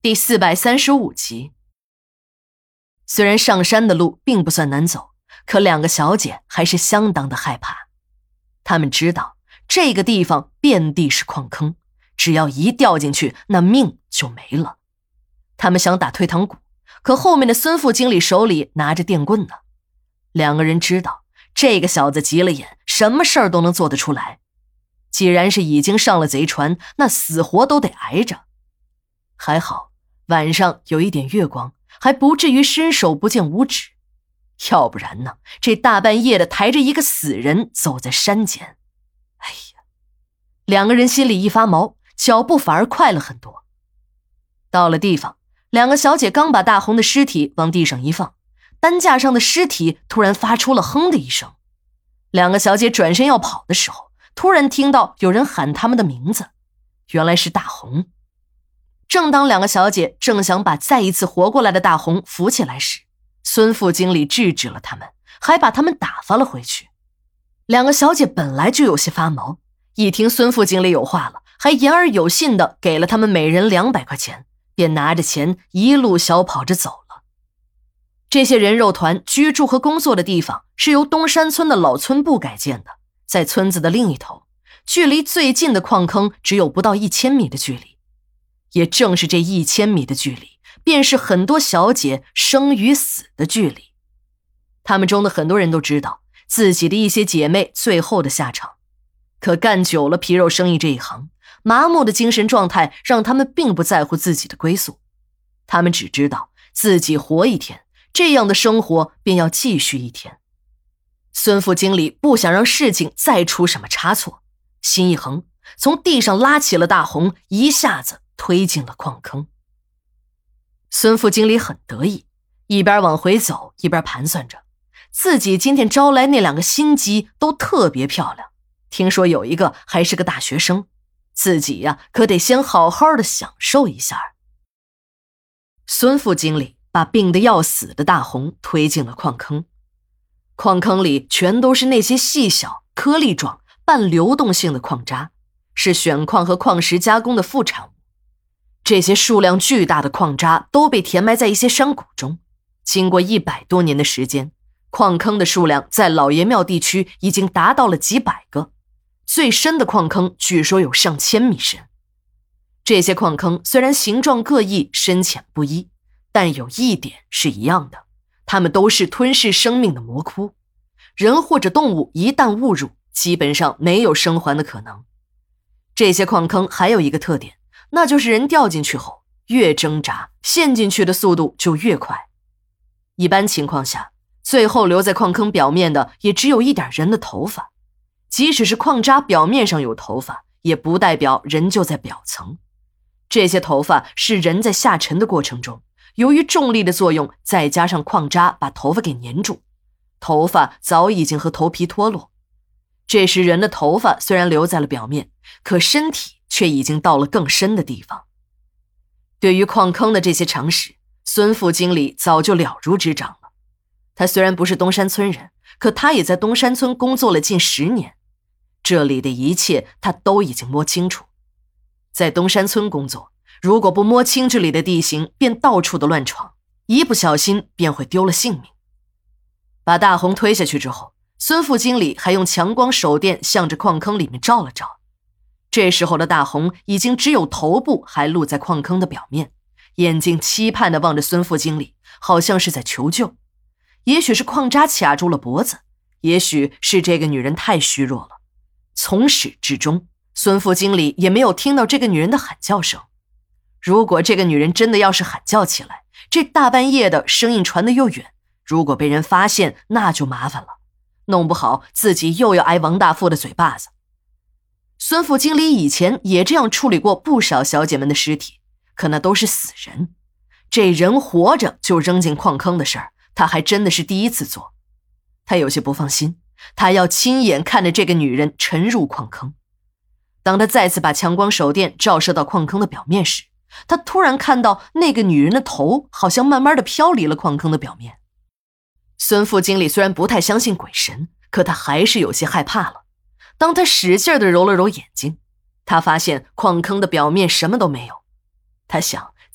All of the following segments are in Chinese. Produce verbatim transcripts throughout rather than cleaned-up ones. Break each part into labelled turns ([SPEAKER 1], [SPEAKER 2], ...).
[SPEAKER 1] 第四百三十五集。虽然上山的路并不算难走，可两个小姐还是相当的害怕。她们知道这个地方遍地是矿坑，只要一掉进去，那命就没了。她们想打退堂鼓，可后面的孙副经理手里拿着电棍呢。两个人知道这个小子急了眼，什么事儿都能做得出来。既然是已经上了贼船，那死活都得挨着。还好晚上有一点月光，还不至于伸手不见五指。要不然呢，这大半夜的抬着一个死人走在山间。哎呀，两个人心里一发毛，脚步反而快了很多。到了地方，两个小姐刚把大红的尸体往地上一放，担架上的尸体突然发出了哼的一声。两个小姐转身要跑的时候，突然听到有人喊他们的名字，原来是大红。正当两个小姐正想把再一次活过来的大红扶起来时，孙副经理制止了他们，还把他们打发了回去。两个小姐本来就有些发毛，一听孙副经理有话了，还言而有信地给了他们每人两百块钱，便拿着钱一路小跑着走了。这些人肉团居住和工作的地方是由东山村的老村部改建的，在村子的另一头，距离最近的矿坑只有不到一千米的距离。也正是这一千米的距离，便是很多小姐生与死的距离。他们中的很多人都知道自己的一些姐妹最后的下场，可干久了皮肉生意这一行，麻木的精神状态让他们并不在乎自己的归宿。他们只知道自己活一天，这样的生活便要继续一天。孙副经理不想让事情再出什么差错，心一横，从地上拉起了大红，一下子推进了矿坑。孙副经理很得意，一边往回走一边盘算着，自己今天招来那两个新姬都特别漂亮，听说有一个还是个大学生，自己呀可得先好好的享受一下。孙副经理把病得要死的大红推进了矿坑，矿坑里全都是那些细小颗粒状半流动性的矿渣，是选矿和矿石加工的副产物。这些数量巨大的矿渣都被填埋在一些山谷中，经过一百多年的时间，矿坑的数量在老爷庙地区已经达到了几百个，最深的矿坑据说有上千米深。这些矿坑虽然形状各异，深浅不一，但有一点是一样的，它们都是吞噬生命的魔窟。人或者动物一旦误入，基本上没有生还的可能。这些矿坑还有一个特点，那就是人掉进去后，越挣扎，陷进去的速度就越快。一般情况下，最后留在矿坑表面的也只有一点人的头发。即使是矿渣表面上有头发，也不代表人就在表层。这些头发是人在下沉的过程中，由于重力的作用，再加上矿渣把头发给粘住，头发早已经和头皮脱落。这时人的头发虽然留在了表面，可身体却已经到了更深的地方。对于矿坑的这些常识，孙副经理早就了如指掌了。他虽然不是东山村人，可他也在东山村工作了近十年，这里的一切他都已经摸清楚。在东山村工作，如果不摸清这里的地形，便到处的乱闯，一不小心便会丢了性命。把大红推下去之后，孙副经理还用强光手电向着矿坑里面照了照。这时候的大红已经只有头部还露在矿坑的表面，眼睛期盼地望着孙副经理，好像是在求救。也许是矿渣卡住了脖子，也许是这个女人太虚弱了。从始至终，孙副经理也没有听到这个女人的喊叫声。如果这个女人真的要是喊叫起来，这大半夜的声音传得又远，如果被人发现，那就麻烦了，弄不好自己又要挨王大富的嘴巴子。孙副经理以前也这样处理过不少小姐们的尸体，可那都是死人，这人活着就扔进矿坑的事儿，他还真的是第一次做。他有些不放心，他要亲眼看着这个女人沉入矿坑。当他再次把强光手电照射到矿坑的表面时，他突然看到那个女人的头好像慢慢的飘离了矿坑的表面。孙副经理虽然不太相信鬼神，可他还是有些害怕了。当他使劲地揉了揉眼睛，他发现矿坑的表面什么都没有。他想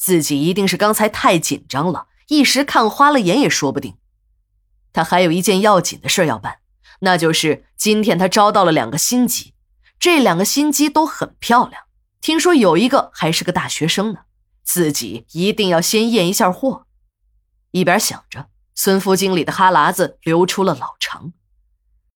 [SPEAKER 1] 自己一定是刚才太紧张了，一时看花了眼也说不定。他还有一件要紧的事要办，那就是今天他招到了两个新鸡，这两个新鸡都很漂亮，听说有一个还是个大学生呢，自己一定要先验一下货。一边想着，孙副经理的哈喇子流出了老长。